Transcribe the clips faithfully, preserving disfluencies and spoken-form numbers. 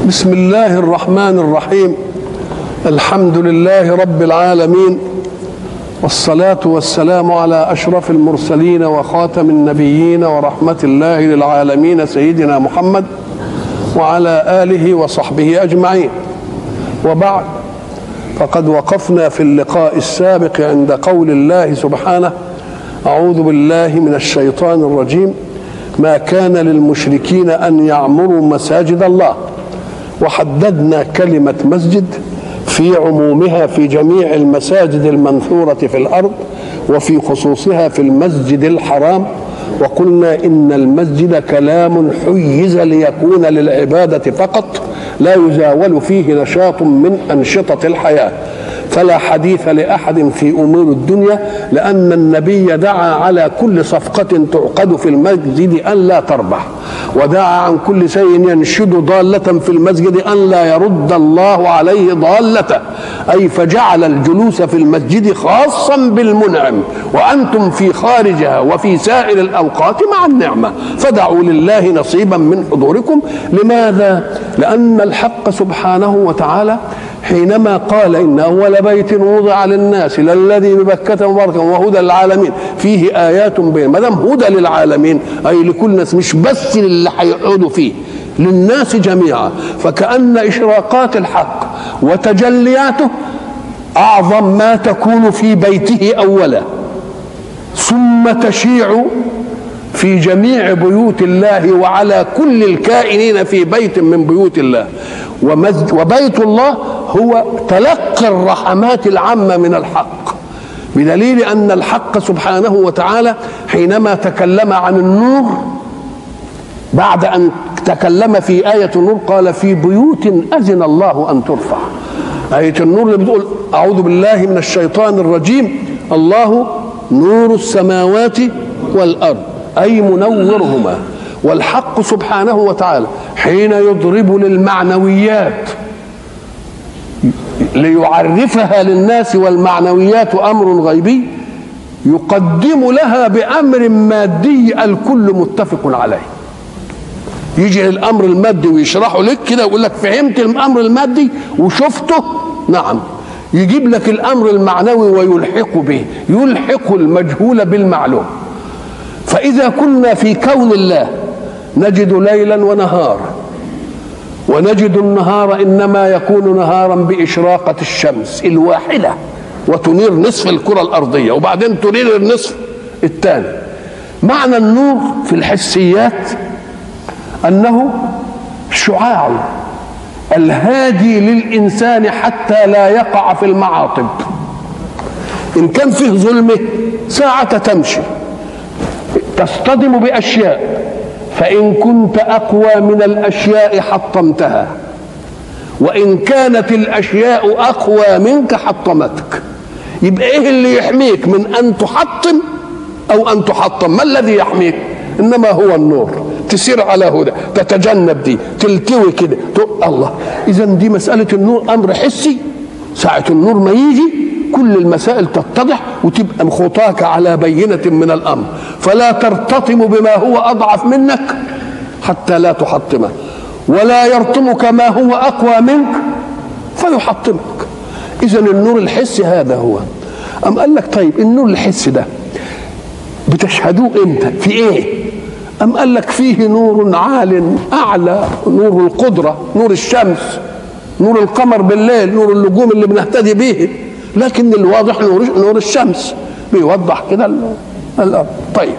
بسم الله الرحمن الرحيم. الحمد لله رب العالمين، والصلاة والسلام على أشرف المرسلين وخاتم النبيين ورحمة الله للعالمين سيدنا محمد وعلى آله وصحبه أجمعين. وبعد، فقد وقفنا في اللقاء السابق عند قول الله سبحانه: أعوذ بالله من الشيطان الرجيم، ما كان للمشركين أن يعمروا مساجد الله. وحددنا كلمة مسجد في عمومها في جميع المساجد المنثورة في الأرض، وفي خصوصها في المسجد الحرام. وقلنا إن المسجد كلام حيز ليكون للعبادة فقط، لا يزاول فيه نشاط من أنشطة الحياة، فلا حديث لأحد في أمور الدنيا، لأن النبي دعا على كل صفقة تعقد في المسجد أن لا تربح، ودعا عن كل شيء ينشد ضالة في المسجد أن لا يرد الله عليه ضالته، أي فجعل الجلوس في المسجد خاصا بالمنعم، وأنتم في خارجها وفي سائر الأوقات مع النعمة، فدعوا لله نصيبا من حضوركم. لماذا؟ لأن الحق سبحانه وتعالى حينما قال إن أول بيت وضع للناس للذي ببكة مباركا وهدى للعالمين فيه آيات بينات، ما دام هدى للعالمين أي لكل الناس، مش بس اللي هيقعدوا فيه، للناس جميعا. فكأن إشراقات الحق وتجلياته أعظم ما تكون في بيته أولا، ثم تشيع في جميع بيوت الله وعلى كل الكائنين في بيت من بيوت الله. وبيت الله هو تلقي الرحمات العامة من الحق، بدليل أن الحق سبحانه وتعالى حينما تكلم عن النور بعد أن تكلم في آية النور قال: في بيوت أذن الله أن ترفع. آية النور اللي بتقول: أعوذ بالله من الشيطان الرجيم، الله نور السماوات والأرض، أي منورهما. والحق سبحانه وتعالى حين يضرب للمعنويات ليعرفها للناس، والمعنويات أمر غيبي، يقدم لها بأمر مادي الكل متفق عليه. يجي الأمر المادي ويشرحه لك كده ويقول لك: فهمت الأمر المادي وشفته؟ نعم. يجيب لك الأمر المعنوي ويلحق به، يلحق المجهول بالمعلوم. فإذا كنا في كون الله نجد ليلا ونهار، ونجد النهار إنما يكون نهارا بإشراقة الشمس الواحدة وتنير نصف الكرة الأرضية، وبعدين تنير النصف الثاني. معنى النور في الحسيات أنه شعاع الهادي للإنسان حتى لا يقع في المعاطب. إن كان فيه ظلمة ساعة تمشي تصطدم بأشياء، فإن كنت أقوى من الأشياء حطمتها، وإن كانت الأشياء أقوى منك حطمتك. يبقى إيه اللي يحميك من أن تحطم أو أن تحطم؟ ما الذي يحميك؟ إنما هو النور. تسير على هدى، تتجنب دي، تلتوي كده، الله. إذن دي مسألة النور أمر حسي. ساعة النور ما يجي كل المسائل تتضح وتبقى خطاك على بينة من الأمر، فلا ترتطم بما هو أضعف منك حتى لا تحطمه، ولا يرطمك ما هو أقوى منك فيحطمك. إذن النور الحسي هذا هو. أم قال لك: طيب النور الحسي ده بتشهدوه إمتى؟ في إيه؟ أم قال لك: فيه نور عال أعلى، نور القدرة، نور الشمس، نور القمر بالليل، نور النجوم اللي بنهتدي به، لكن الواضح نور نور الشمس بيوضح كده الأرض. طيب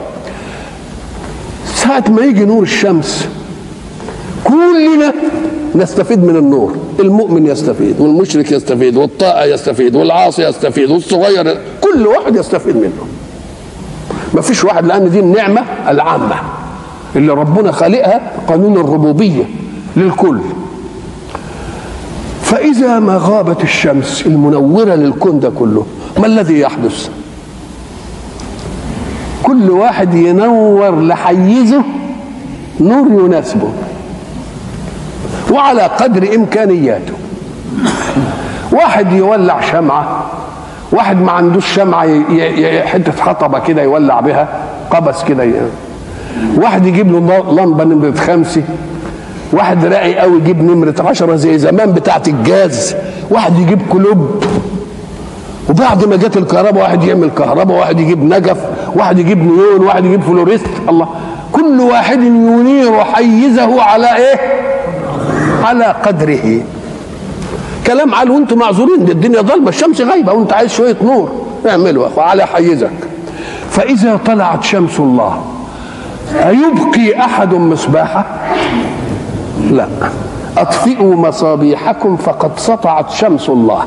ساعة ما يجي نور الشمس كلنا نستفيد من النور. المؤمن يستفيد، والمشرك يستفيد، والطائع يستفيد، والعاصي يستفيد، والصغير، كل واحد يستفيد منه. ما فيش واحد، لأن دي النعمة العامة اللي ربنا خالقها، قانون الربوبية للكل. فإذا ما غابت الشمس المنورة للكون ده كله، ما الذي يحدث؟ كل واحد ينور لحيزه نور يناسبه وعلى قدر إمكانياته. واحد يولع شمعة، واحد ما عندوش شمعة حتة حطبة كده يولع بها قبس كده، واحد يجيب له لمبة نمرة خمسة، واحد راعي قوي يجيب نمرة عشرة زي زمان بتاعت الجاز، واحد يجيب كلوب، وبعد ما جت الكهرباء واحد يعمل كهرباء، واحد يجيب نجف، واحد يجيب نيون، واحد يجيب فلوريست. الله، كل واحد ينير حيزه على ايه؟ على قدره. كلام عال وانتم معذورين، دي الدنيا ظلمه، الشمس غايبه وانت عايز شويه نور، اعملوا على حيزك. فاذا طلعت شمس الله أيبقي أحد مصباحه؟ لا. أطفئوا مصابيحكم فقد سطعت شمس الله.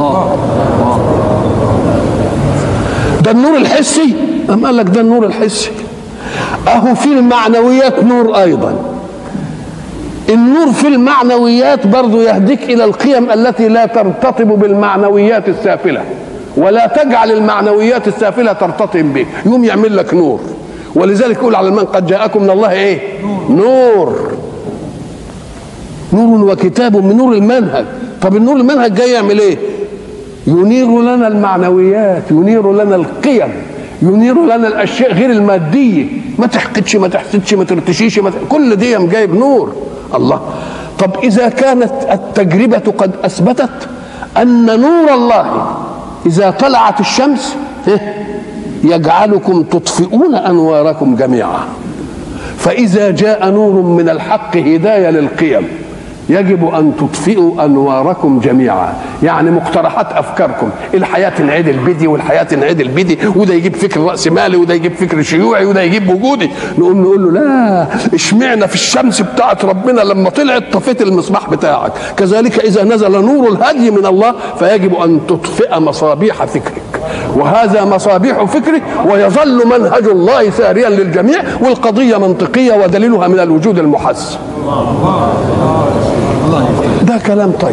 ده النور الحسي. أم قال لك ده النور الحسي، أهو في المعنويات نور أيضا. النور في المعنويات برضو يهديك إلى القيم التي لا ترتطب بالمعنويات السافلة، ولا تجعل المعنويات السافلة ترتطم بك، يوم يعمل لك نور. ولذلك يقول على من قد جاءكم من الله ايه؟ نور. نور وكتاب من نور المنهج. طب النور المنهج جاي يعمل ايه؟ ينير لنا المعنويات، ينير لنا القيم، ينير لنا الاشياء غير الماديه، ما تحقدش ما تحسدش ما ترتشيش ما ت... كل دي جايب نور. الله. طب اذا كانت التجربه قد اثبتت ان نور الله اذا طلعت الشمس يجعلكم تطفئون انواركم جميعا، فاذا جاء نور من الحق هدايه للقيم يجب ان تطفئوا انواركم جميعا. يعني مقترحات افكاركم، الحياه تنعدل بدي والحياه تنعدل بدي، وده يجيب فكر راسمالي وده يجيب فكر شيوعي وده يجيب وجودي، نقوم نقول له لا، اشمعنى في الشمس بتاعت ربنا لما طلعت طفيت المصباح بتاعك؟ كذلك اذا نزل نور الهدي من الله فيجب ان تطفئ مصابيح فكرك، وهذا مصابيح فكرك، ويظل منهج الله ساريا للجميع، والقضيه منطقيه ودليلها من الوجود المحس. ده كلام طيب.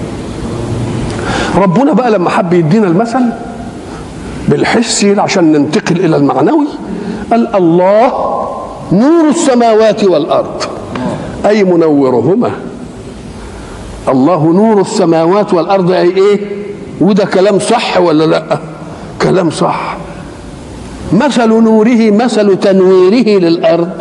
ربنا بقى لما حب يدينا المثل بالحسي عشان ننتقل الى المعنوي قال الله نور السماوات والارض اي منورهما. الله نور السماوات والارض اي ايه؟ وده كلام صح ولا لا؟ كلام صح. مثل نوره مثل تنويره للارض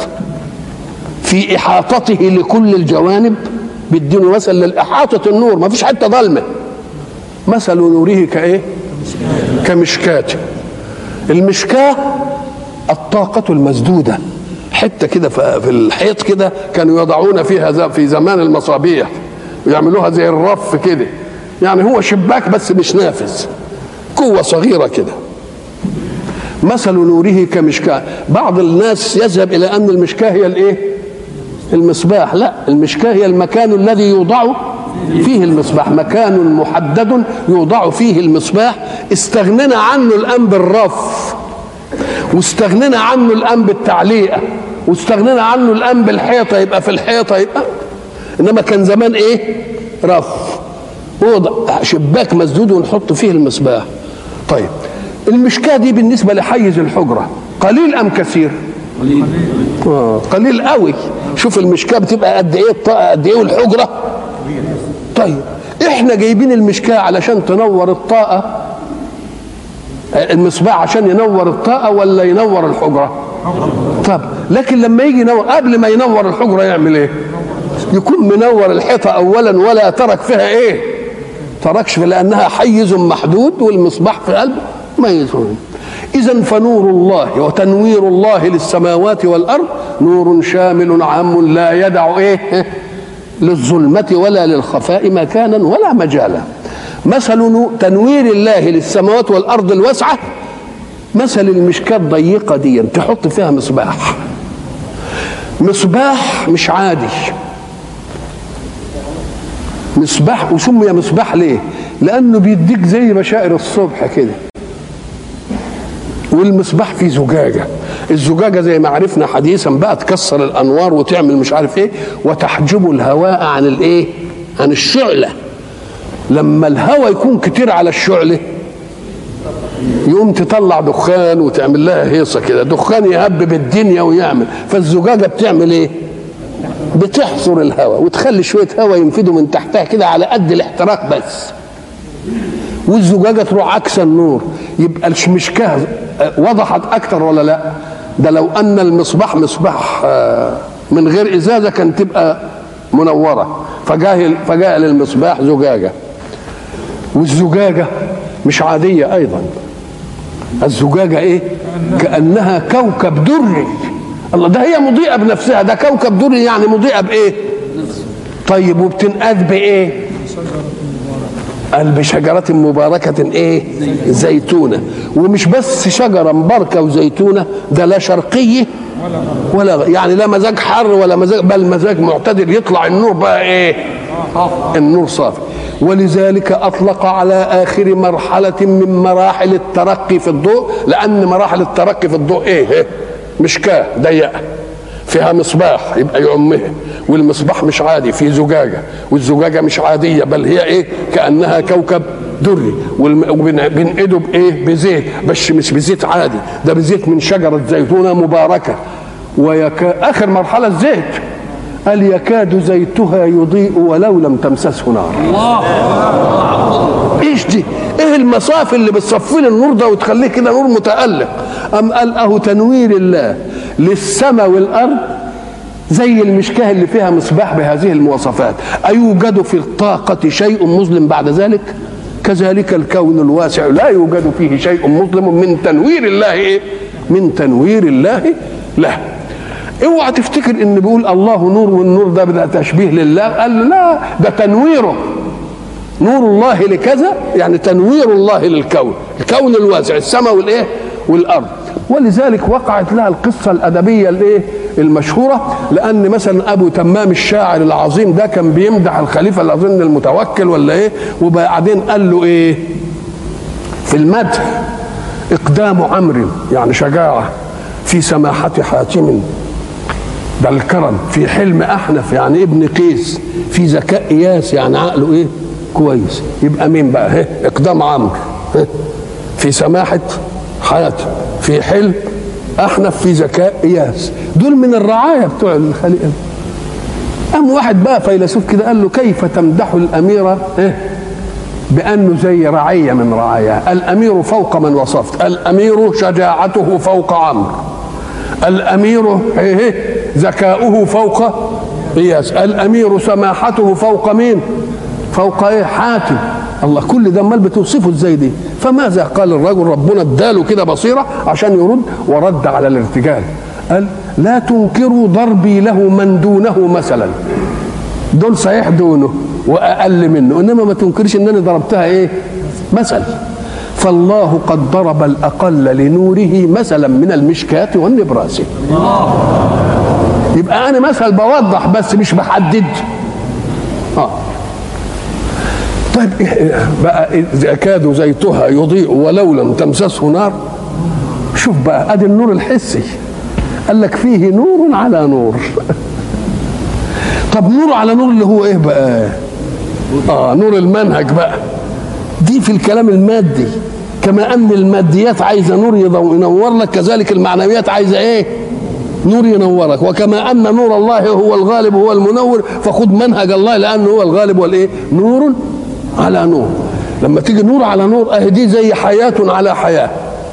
في احاطته لكل الجوانب، بيدينه مثل للإحاطة النور، ما فيش حتة ظلمة. مثل نوره كايه؟ كمشكاة. المشكاة الطاقة المسدودة، حتة كده في الحيط كده كانوا يضعون فيها في زمان المصابيح، ويعملوها زي الرف كده، يعني هو شباك بس مش نافذ، قوة صغيرة كده. مثل نوره كمشكاة. بعض الناس يذهب إلى أن المشكاة هي الإيه؟ المصباح. لا، المشكاة هي المكان الذي يوضع فيه المصباح، مكان محدد يوضع فيه المصباح. استغنينا عنه الآن بالرف، واستغنينا عنه الآن بالتعليقة، واستغنينا عنه الآن بالحيطة، يبقى في الحيطة يبقى. إنما كان زمان إيه؟ رف، وضع شباك مسدود ونحط فيه المصباح. طيب المشكاة دي بالنسبة لحيز الحجرة قليل أم كثير؟ قليل. آه قليل قوي. شوف المشكاة بتبقى قد ايه الطاقة قد ايه والحجرة. طيب احنا جايبين المشكاة علشان تنور الطاقة، المصباح عشان ينور الطاقة ولا ينور الحجرة؟ طب لكن لما يجي ينور قبل ما ينور الحجرة يعمل ايه؟ يكون منور الحيطة اولا ولا ترك فيها ايه؟ تركش، لانها حيز محدود والمصباح في قلبه ما يزول. إذن فنور الله وتنوير الله للسماوات والأرض نور شامل عام لا يدع إيه؟ للظلمة ولا للخفاء مكانا ولا مجالا. مثل تنوير الله للسماوات والأرض الواسعة مثل المشكاة الضيقة دي تحط فيها مصباح. مصباح مش عادي، مصباح. وسمي مصباح ليه؟ لأنه بيديك زي بشائر الصبح كده. والمصباح فيه زجاجة، الزجاجة زي ما عرفنا حديثا بقى تكسر الأنوار وتعمل مش عارف إيه، وتحجب الهواء عن الإيه؟ عن الشعلة. لما الهواء يكون كتير على الشعلة يقوم تطلع دخان وتعمل لها هيصة كده، دخان يهبب الدنيا ويعمل. فالزجاجة بتعمل إيه؟ بتحصر الهواء وتخلي شوية هواء ينفذوا من تحتها كده على قد الاحتراق بس، والزجاجة تروح عكس النور. يبقى المشكاة وضحت أكتر ولا لا؟ ده لو أن المصباح مصباح من غير إزازة كان تبقى منوره، فجاء فجاء للمصباح زجاجه، والزجاجه مش عاديه ايضا، الزجاجه ايه؟ كانها كوكب دري. الله، ده هي مضيئه بنفسها، ده كوكب دري يعني مضيئه بايه؟ طيب وبتنقاد بايه؟ قال بشجره مباركه ايه؟ زيتونه. ومش بس شجره مباركه وزيتونه، ده لا شرقيه ولا يعني لا مزاج حر ولا مزاج، بل مزاج معتدل، يطلع النور بقى ايه؟ النور صافي. ولذلك اطلق على اخر مرحله من مراحل الترقي في الضوء، لان مراحل الترقي في الضوء ايه؟ مشكاه ضيقه فيها مصباح يبقى يعمها، والمصباح مش عادي، فيه زجاجه، والزجاجه مش عاديه بل هي ايه؟ كانها كوكب دري، وبنقده بايه؟ بزيت، بس مش بزيت عادي، ده بزيت من شجره زيتونه مباركه. ويكا اخر مرحله الزيت قال يكاد زيتها يضيء ولو لم تمسسه نار. الله، ايش دي؟ ايه المصافي اللي بتصفي النور ده وتخليه كده نور متألق؟ ام قال اهو تنوير الله للسماء والارض زي المشكاه اللي فيها مصباح بهذه المواصفات. ايوجد في الطاقه شيء مظلم بعد ذلك؟ كذلك الكون الواسع لا يوجد فيه شيء مظلم من تنوير الله ايه؟ من تنوير الله له. اوعى تفتكر ان بيقول الله نور والنور ده بدا تشبيه لله، قال له لا، ده تنويره. نور الله لكذا يعني تنوير الله للكون، الكون الواسع، السماء والايه؟ والارض. ولذلك وقعت لها القصه الادبيه الايه؟ المشهوره، لان مثلا ابو تمام الشاعر العظيم ده كان بيمدح الخليفه اللي اظن المتوكل ولا ايه، وبعدين قال له ايه في المدح؟ اقدام عمرو يعني شجاعه، في سماحه حاتم ده الكرم، في حلم احنف يعني ابن قيس، في ذكاء اياس يعني عقله ايه؟ كويس. يبقى مين بقى؟ هي اقدام عمرو، في سماحه حاتم، في حلم احنف، في ذكاء اياس، دول من الرعايه بتوع الخليقه. قام واحد بقى فيلسوف كده قال له كيف تمدح الاميره ايه؟ بانه زي رعيه من رعاياه. الامير فوق من وصفت، الامير شجاعته فوق عمرو، الامير ايه؟ ذكاؤه فوق اياس، الامير سماحته فوق مين؟ فوق ايه؟ حاتم. الله، كل ده امال بتوصفه ازاي دي؟ فماذا قال الرجل؟ ربنا اداله كده بصيره عشان يرد، ورد على الارتجال قال لا تنكروا ضربي له من دونه مثلا، دول صحيح دونه واقل منه، انما ما تنكرش ان انا ضربتها ايه؟ مثل. فالله قد ضرب الاقل لنوره مثلا من المشكاة والنبراس. يبقى انا مثل بوضح بس مش بحدد. اه طيب بقى يكاد زيتها يضيء ولو لم تمسسه نار. شوف بقى ادي النور الحسي، قال لك فيه نور على نور. طب نور على نور اللي هو ايه بقى؟ اه نور المنهج بقى. دي في الكلام المادي، كما ان الماديات عايزه نور ينور لك، كذلك المعنويات عايزه ايه؟ نور ينورك. وكما ان نور الله هو الغالب هو المنور، فخذ منهج الله لانه هو الغالب والايه؟ نور على نور. لما تيجي نور على نور اهي دي زي حياه على حياه.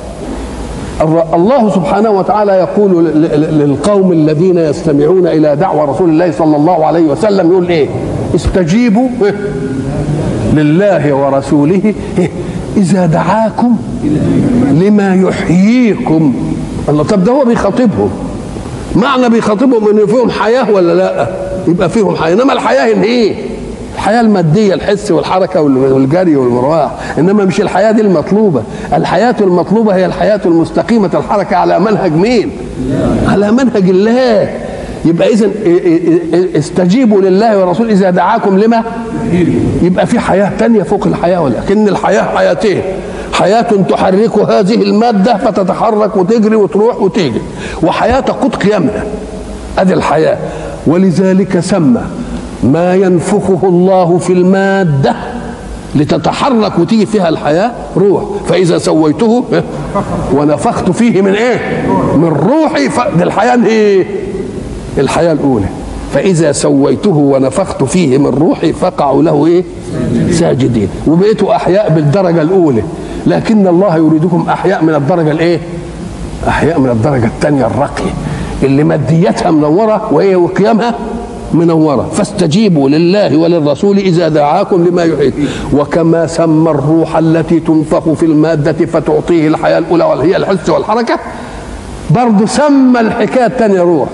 الله سبحانه وتعالى يقول للقوم الذين يستمعون الى دعوى رسول الله صلى الله عليه وسلم، يقول ايه؟ استجيبوا لله ورسوله اذا دعاكم لما يحييكم. الله، طب ده هو بيخاطبهم، معنى بيخاطبهم ان فيهم حياه ولا لا؟ يبقى فيهم حياه، انما الحياه ان ايه؟ الحياه الماديه، الحس والحركه والجري والمروح، انما مش الحياه دي المطلوبه. الحياه المطلوبه هي الحياه المستقيمه الحركه على منهج مين؟ على منهج الله. يبقى اذا استجيبوا لله ورسوله اذا دعاكم لما، يبقى في حياه ثانيه فوق الحياه، ولكن الحياه حياتين، حياه تحرك هذه الماده فتتحرك وتجري وتروح وتيجي، وحياه تقود قيامها، ادي الحياه. ولذلك سمى ما ينفخه الله في الماده لتتحرك وتيجي فيها الحياه روح. فاذا سويته ونفخت فيه من ايه؟ من روحي. دي الحياه ايه؟ الحياه الاولى. فاذا سويته ونفخت فيه من روحي فقعوا له ايه؟ ساجدين. وبقيتوا احياء بالدرجه الاولى، لكن الله يريدكم احياء من الدرجه الايه؟ احياء من الدرجه الثانيه الراقيه، اللي ماديتها منوره وايه؟ وقيامها منورة، فاستجيبوا لله وللرسول إذا دعاكم لما يحييكم. وكما سمى الروح التي تنفخ في المادة فتعطيه الحياة الأولى وهي الحس والحركة، برضه سمى الحكاية الثانية روح.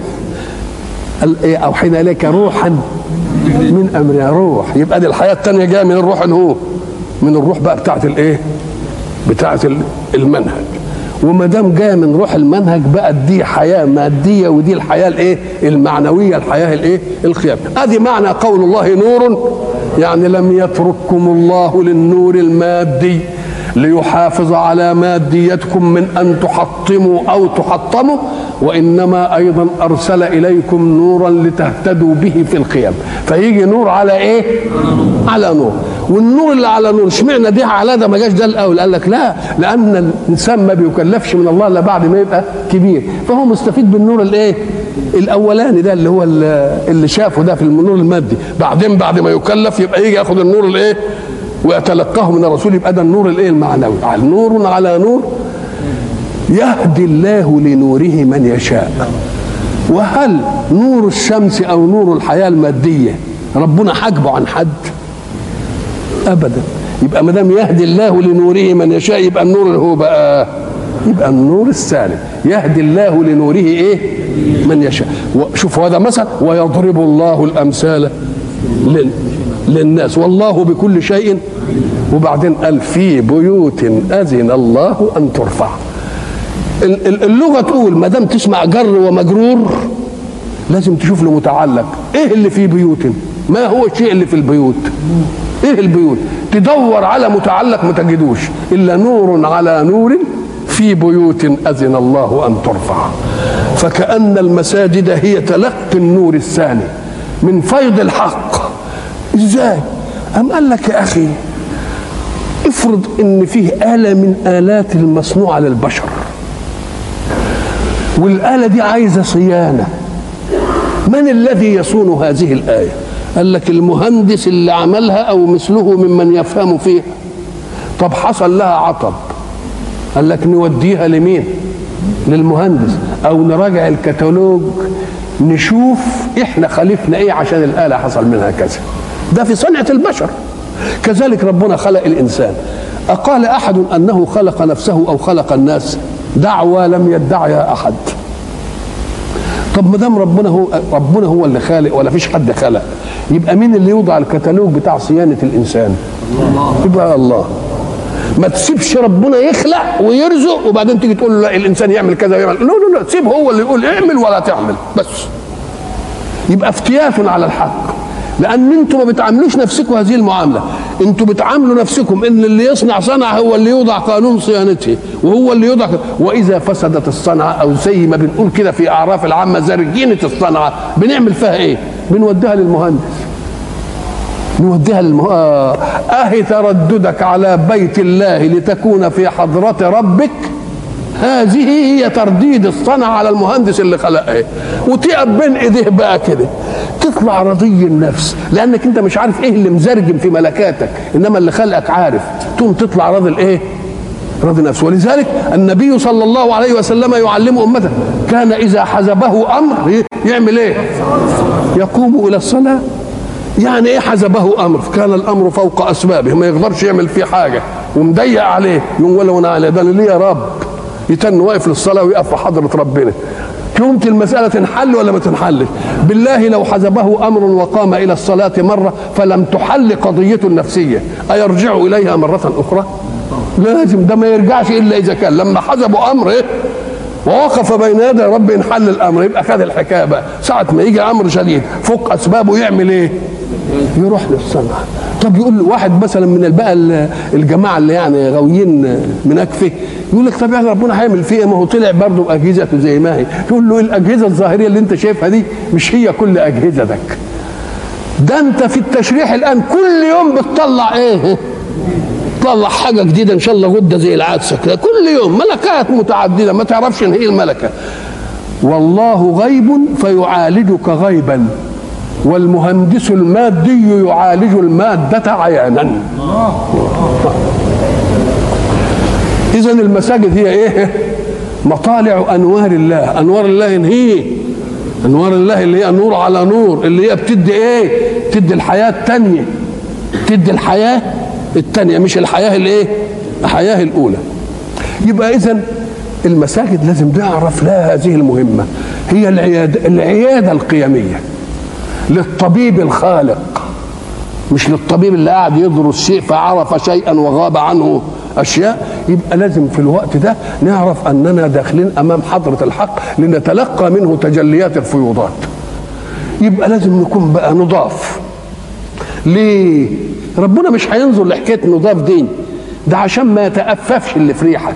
أوحينا إليك روحا من أمرنا، روح. يبقى دي الحياة الثانية جاية من الروح، هو من الروح بقى بتاعت الإيه؟ بتاعت المنهج. وما دام جايه من روح المنهج بقى دي حياه ماديه، ودي الحياه الايه؟ المعنويه، الحياه الايه؟ القيام. ادي معنى قول الله نور، يعني لم يترككم الله للنور المادي ليحافظ على ماديتكم من ان تحطموا او تحطموا، وانما ايضا ارسل اليكم نورا لتهتدوا به في القيام. فيجي نور على ايه؟ على نور. والنور اللي على نور اشمعنى ده على ده ما جاش ده الاول؟ قال لك لا، لان الانسان ما بيكلفش من الله الا بعد ما يبقى كبير، فهو مستفيد بالنور الايه؟ الاولاني ده اللي هو اللي شافه ده في النور المادي. بعدين بعد ما يكلف يبقى يجي ياخد النور الايه؟ ويتلقاه من الرسول، يبقى ده النور الايه؟ المعنوي. على نور على نور يهدي الله لنوره من يشاء. وهل نور الشمس او نور الحياه الماديه ربنا حاجبه عن حد؟ ابدا. يبقى ما دام يهدي الله لنوره من يشاء، يبقى النور اللي هو بقى يبقى النور السالم. يهدي الله لنوره ايه؟ من يشاء. شوف هذا مثل، ويضرب الله الامثال للناس والله بكل شيء. وبعدين قال في بيوت اذن الله ان ترفع. اللغه تقول ما دام تسمع جر ومجرور لازم تشوف له متعلق. ايه اللي في بيوت؟ ما هو الشيء اللي في البيوت؟ ايه البيوت؟ تدور على متعلق ما تجدوش الا نور على نور في بيوت اذن الله ان ترفع. فكأن المساجد هي تلقي النور الثاني من فيض الحق. ازاي؟ أم قال لك يا اخي افرض ان فيه آلة من آلات المصنوعة للبشر، والآلة دي عايزة صيانة. من الذي يصون هذه الآية؟ قال لك المهندس اللي عملها او مثله ممن يفهم فيها. طب حصل لها عطب، قال لك نوديها لمين؟ للمهندس، او نراجع الكتالوج نشوف احنا خالفنا ايه عشان الآلة حصل منها كذا. ده في صنعة البشر. كذلك ربنا خلق الانسان. اقال احد انه خلق نفسه او خلق الناس؟ دعوى لم يدعيها احد. طب ما دام ربنا هو ربنا هو اللي خالق ولا فيش حد خلق، يبقى مين اللي يوضع الكتالوج بتاع صيانه الانسان؟ الله. يبقى الله. ما تسيبش ربنا يخلق ويرزق وبعدين تيجي تقول له لا الانسان يعمل كذا ويعمل، لا لا لا، سيب هو اللي يقول اعمل ولا تعمل بس. يبقى افتيات على الحق، لان انتم ما بتعاملوش نفسكم هذه المعامله. انتم بتعاملوا نفسكم ان اللي يصنع صنعه هو اللي يوضع قانون صيانته، وهو اللي يوضع. واذا فسدت الصنعه، او زي ما بنقول كده في اعراف العامه زرجينه الصنعه، بنعمل فيها ايه؟ بنوديها للمهندس. نوديها للمهندس. اهي ترددك على بيت الله لتكون في حضره ربك، هذه هي ترديد الصنعه على المهندس اللي خلقها. وتقف بين ايديه بقى كده تطلع رضي النفس، لانك انت مش عارف ايه اللي مزرجم في ملكاتك، انما اللي خلقك عارف. تقوم تطلع راضي الايه؟ راضي نفسه. ولذلك النبي صلى الله عليه وسلم يعلم امته كان اذا حزبه امر يعمل ايه؟ يقوم الى الصلاه. يعني ايه حزبه امر؟ كان الامر فوق اسبابه، ما يقدرش يعمل فيه حاجه ومضيق عليه، يقول ولو انا على ده ليه يا رب؟ يتن واقف للصلاه ويقف في حضره ربنا. كنت المسألة تنحل ولا ما تنحلش؟ بالله لو حزبه أمر وقام إلى الصلاة مرة فلم تحل قضيته النفسية، أيرجع إليها مرة أخرى؟ لازم ده ما يرجعش إلا إذا كان لما حزبوا أمر إيه؟ ووقف بين يدي رب انحل الأمر. يبقى خد الحكاية بقى ساعة ما يجي أمر شديد فوق أسبابه يعمل إيه؟ يروح للصنعة. طب يقول له واحد مثلا من بقى الجماعة اللي يعني غاويين مناكفه، يقول لك طب يعني ربنا هيعمل فيه ايه؟ ما هو طلع برضه باجهزته زي ما هي. يقول له الاجهزه الظاهريه اللي انت شايفها دي مش هي كل اجهزتك. ده انت في التشريح الان كل يوم بتطلع ايه؟ تطلع حاجه جديده ان شاء الله غده زي العدسه كده، كل يوم ملكات متعدده ما تعرفش ان هي الملكه. والله غيب فيعالجك غيبا، والمهندس المادي يعالج الماده عيانا. إذن المساجد هي إيه؟ مطالع أنوار الله. أنوار الله هي انوار الله اللي هي نور على نور، اللي هي بتدي ايه؟ بتدي الحياه الثانيه، بتدي الحياه الثانيه مش الحياه الايه؟ الحياه الاولى. يبقى اذا المساجد لازم نعرف لها هذه المهمه، هي العياده العياده القيميه للطبيب الخالق، مش للطبيب اللي قاعد يدرس شيء فعرف شيئا وغاب عنه اشياء. يبقى لازم في الوقت ده نعرف اننا داخلين امام حضره الحق لنتلقى منه تجليات الفيوضات. يبقى لازم نكون بقى نضاف. ليه؟ ربنا مش هينظر لحكايه نضاف دي، ده عشان ما يتأففش اللي في ريحك.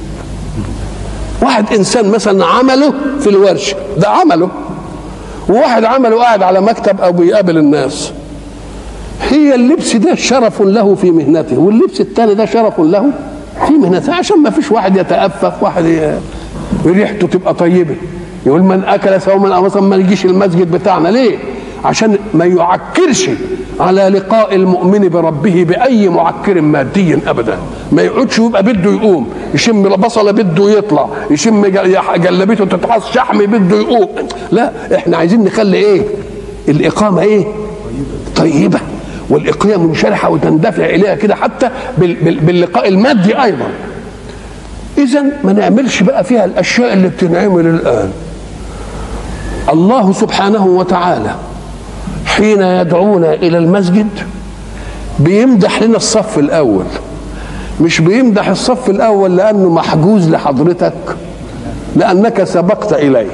واحد انسان مثلا عمله في الورشه، ده عمله، وواحد عمله قاعد على مكتب او بيقابل الناس، هي اللبس ده شرف له في مهنته، واللبس الثاني ده شرف له في مهنته، عشان ما فيش واحد يتأفف، واحد ريحته تبقى طيبه. يقول من اكل ثوما او مثلا ما يجيش المسجد بتاعنا ليه؟ عشان ما يعكرش على لقاء المؤمن بربه باي معكر مادي ابدا، ما يقعدش يبقى بده يقوم يشم بصله بده يطلع، يشم جلبيته تتحص شحم بده يقوم. لا، احنا عايزين نخلي ايه؟ الاقامه ايه؟ طيبه، والاقامه منشرحه وتندفع اليها كده حتى باللقاء المادي ايضا. اذا ما نعملش بقى فيها الاشياء اللي بتنعمل الان. الله سبحانه وتعالى حين يدعونا الى المسجد بيمدح لنا الصف الاول، مش بيمدح الصف الاول لانه محجوز لحضرتك لانك سبقت اليه،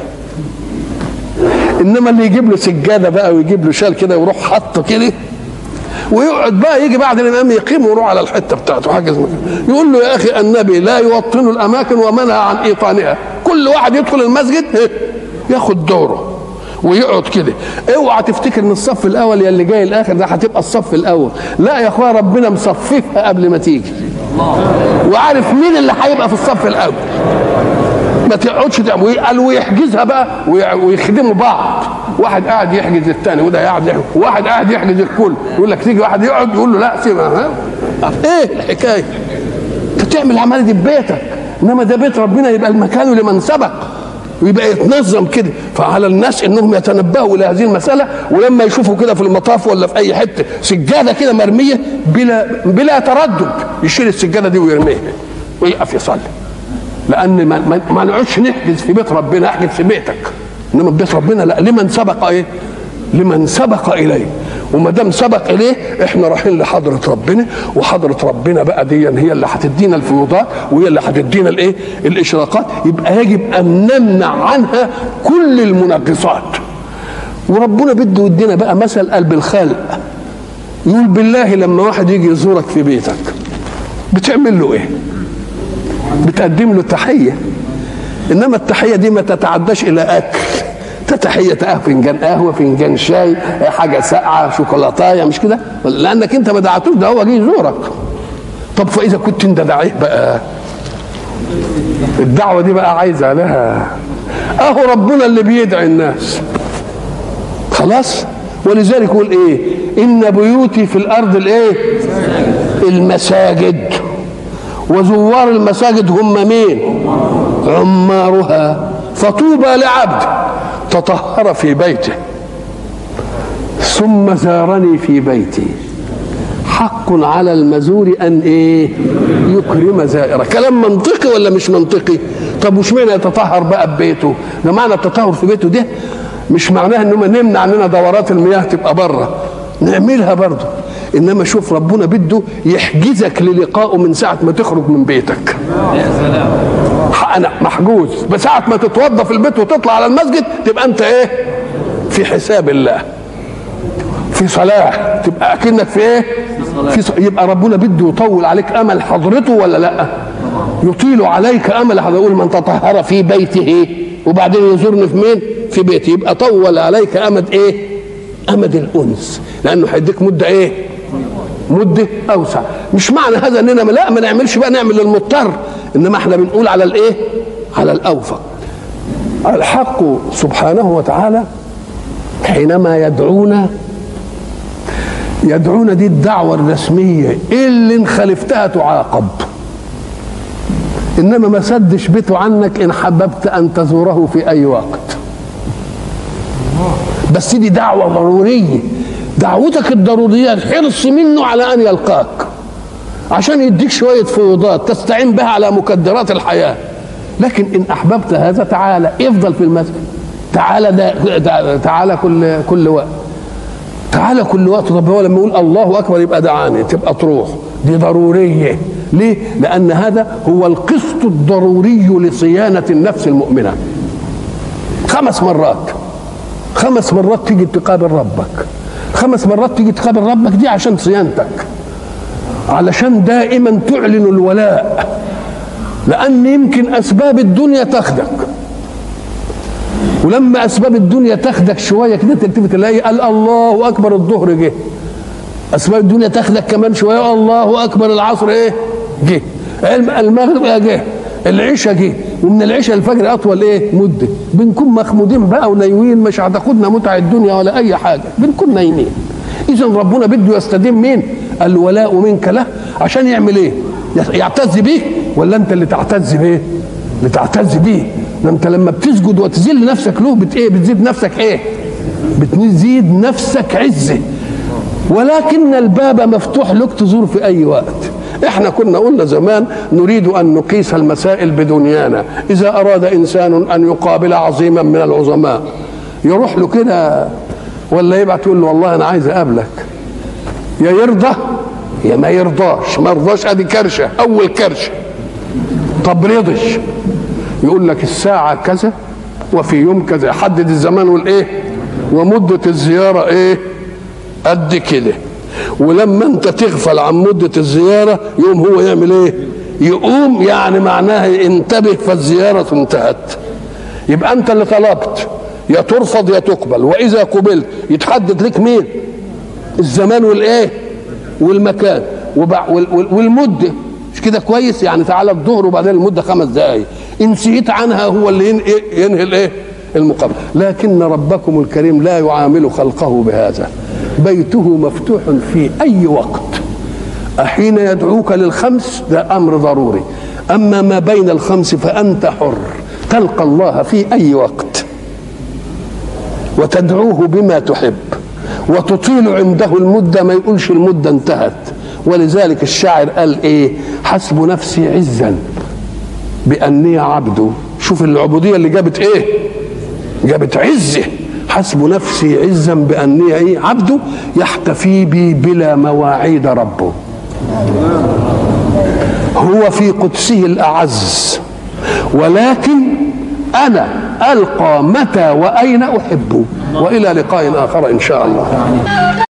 انما اللي يجيب له سجاده بقى ويجيب له شال كده ويروح حاطه كده ويقعد بقى، يجي بعد الامام يقيم ويروح على الحته بتاعته حاجه اسمها، يقول له يا اخي النبي لا يوطن الاماكن ومنع عن ايطانها، كل واحد يدخل المسجد ياخد دوره ويقعد كده. اوعى تفتكر ان الصف الاول يا اللي جاي الاخر ده هتبقى الصف الاول، لا يا اخويا، ربنا مصففها قبل ما تيجي وعارف مين اللي هيبقى في الصف الاول. ما تقعدش قال ويحجزها بقى ويخدموا بعض، واحد قاعد يحجز الثاني وده قاعد يحجز، وواحد قاعد يحجز الكل، يقول لك تيجي واحد يقعد يقول له لا سيبها. ايه الحكايه؟ انت تعمل العمليه دي ببيتك، انما ده بيت ربنا يبقى المكان لمن سبق ويبقى يتنظم كده. فعلى الناس انهم يتنبهوا الى هذه المساله، ولما يشوفوا كده في المطاف ولا في اي حته سجاده كده مرميه بلا بلا تردد يشيل السجاده دي ويرميها ويقف يصلي، لان ما, ما نقعدش نحجز في بيت ربنا، احجز في بيتك، انما بيت ربنا لا، لمن سبق ايه؟ لمن سبق اليه. وما دام سبق اليه احنا رايحين لحضره ربنا، وحضره ربنا بقى دي هي اللي هتدينا الفيوضات وهي اللي هتدينا الايه؟ الاشراقات. يبقى يجب ان نمنع عنها كل المنغصات. وربنا بده يدينا بقى مثل قلب الخلق، يقول بالله لما واحد يجي يزورك في بيتك بتعمل له ايه؟ بتقدم له تحيه، انما التحيه دي ما تتعداش الى اكل، تحيه فنجان قهوه، فنجان شاي، حاجه ساقعه، شوكولاتايه، مش كده؟ لانك انت ما دعتوش، ده هو جه يزورك. طب فاذا كنت انت داعيه بقى، الدعوه دي بقى عايزه لها، اهو ربنا اللي بيدعي الناس خلاص. ولذلك يقول ايه؟ ان بيوتي في الارض الايه؟ المساجد، وزوار المساجد هم مين؟ عمارها، فطوبى لعبد تطهر في بيته ثم زارني في بيتي، حق على المزور ان ايه؟ يكرم زائره. كلام منطقي ولا مش منطقي؟ طب وش معنى يتطهر بقى ببيته؟ ده معنى التطهر في بيته ده مش معناها انما نمنع عننا دورات المياه تبقى بره، نعملها برضه، انما شوف ربنا بده يحجزك للقائه من ساعه ما تخرج من بيتك. يا سلام، انا محجوز بساعه ما تتوضى في البيت وتطلع على المسجد تبقى انت ايه؟ في حساب الله، في صلاه، تبقى اكنك في ايه؟ في صلاة. يبقى ربنا بده يطول عليك امل حضرته ولا لا؟ يطيل عليك امل حضرته. يقول من تطهر في بيته وبعدين يزورني في مين؟ في بيتي، يبقى طول عليك امد ايه؟ امد الانس، لانه هيديك مده ايه؟ مده اوسع. مش معنى هذا اننا لا ما نعملش بقى نعمل للمضطر، انما احنا بنقول على الايه؟ على الاوفق. الحق سبحانه وتعالى حينما يدعونا يدعونا دي الدعوه الرسميه اللي ان خالفتها تعاقب، انما ما سدش بيته عنك ان حببت ان تزوره في اي وقت. بس دي دعوة ضرورية. دعوتك الضرورية الحرص منه على أن يلقاك عشان يديك شوية فيوضات تستعين بها على مكدرات الحياة. لكن إن أحببت هذا تعالى افضل في المسجد، تعالى دا دا تعالى كل كل وقت، تعالى كل وقت. طب هو لما يقول الله أكبر يبقى دعاني، تبقى تروح. دي ضرورية. ليه؟ لأن هذا هو القسط الضروري لصيانة النفس المؤمنة. خمس مرات خمس مرات تيجي تقابل ربك، خمس مرات تيجي تقابل ربك، دي عشان صيانتك، علشان دائما تعلن الولاء. لأن يمكن أسباب الدنيا تاخدك، ولما أسباب الدنيا تاخدك شوية كده تلتفت تلاقي قال الله أكبر الظهر جه، أسباب الدنيا تاخدك كمان شوية الله أكبر العصر إيه جه، المغرب جه، العشاء جه، ومن العشاء الفجر أطول إيه مدة. بنكون مخمودين بقى ونايمين، مش هتاخدنا متع الدنيا ولا أي حاجة، بنكون نايمين. إذا ربنا بده يستديم مين؟ الولاء منك له، عشان يعمل إيه؟ يعتز بيه ولا أنت اللي تعتز بيه؟ اللي تعتز بيه. أنت لما بتسجد وتذل نفسك له بت إيه؟ بتزيد نفسك إيه؟ بتزيد نفسك عزة. ولكن الباب مفتوح لك تزور في أي وقت. احنا كنا قلنا زمان نريد أن نقيس المسائل بدنيانا. إذا أراد إنسان أن يقابل عظيما من العظماء يروح له كده ولا يبعت يقول له والله أنا عايز أقابلك، يا يرضى يا ما يرضاش. ما يرضاش ادي كرشه، اول كرشه. طب رضش يقول لك الساعه كذا وفي يوم كذا، حدد الزمان والايه ومده الزياره ايه قد كده. ولما انت تغفل عن مده الزياره يقوم هو يعمل ايه؟ يقوم، يعني معناها انتبه فالزياره انتهت. يبقى انت اللي طلبت، يا ترفض يا تقبل. واذا قبلت يتحدد لك مين؟ الزمان والايه والمكان والمده. مش كده كويس؟ يعني تعالى الظهر وبعدين المده خمس دقائق، ان نسيت عنها هو اللي ينهي الايه المقابله. لكن ربكم الكريم لا يعامل خلقه بهذا. بيته مفتوح في اي وقت. احين يدعوك للخمس ده امر ضروري، اما ما بين الخمس فانت حر تلقى الله في اي وقت وتدعوه بما تحب وتطيل عنده المدة، ما يقولش المدة انتهت. ولذلك الشاعر قال ايه؟ حسب نفسي عزا بأني عبده. شوف العبودية اللي جابت ايه؟ جابت عزة. حسب نفسي عزا بأني ايه عبده يحتفي بي بلا مواعيد ربه. هو في قدسه الأعز، ولكن أنا ألقى متى وأين أحبه. وإلى لقاء آخر إن شاء الله.